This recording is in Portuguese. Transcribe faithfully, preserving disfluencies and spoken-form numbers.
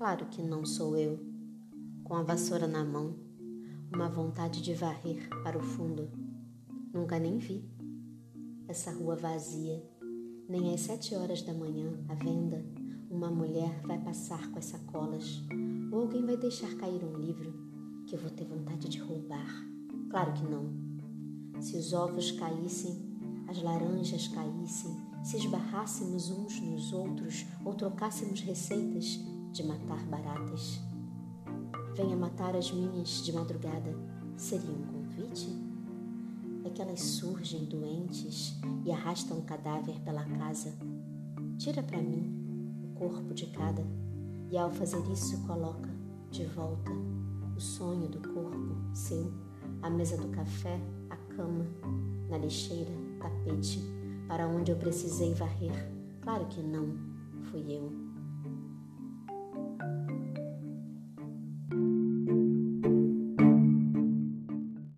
Claro que não sou eu. Com a vassoura na mão, uma vontade de varrer para o fundo. Nunca nem vi essa rua vazia, nem às sete horas da manhã, à venda, uma mulher vai passar com as sacolas, ou alguém vai deixar cair um livro que eu vou ter vontade de roubar. Claro que não. Se os ovos caíssem, as laranjas caíssem, se esbarrássemos uns nos outros ou trocássemos receitas de matar baratas. Venha matar as minhas de madrugada, seria um convite? É que elas surgem doentes e arrastam um cadáver pela casa. Tira para mim o corpo de cada e ao fazer isso coloca de volta o sonho do corpo seu, a mesa do café, a cama, na lixeira, tapete, para onde eu precisei varrer. Claro que não fui eu.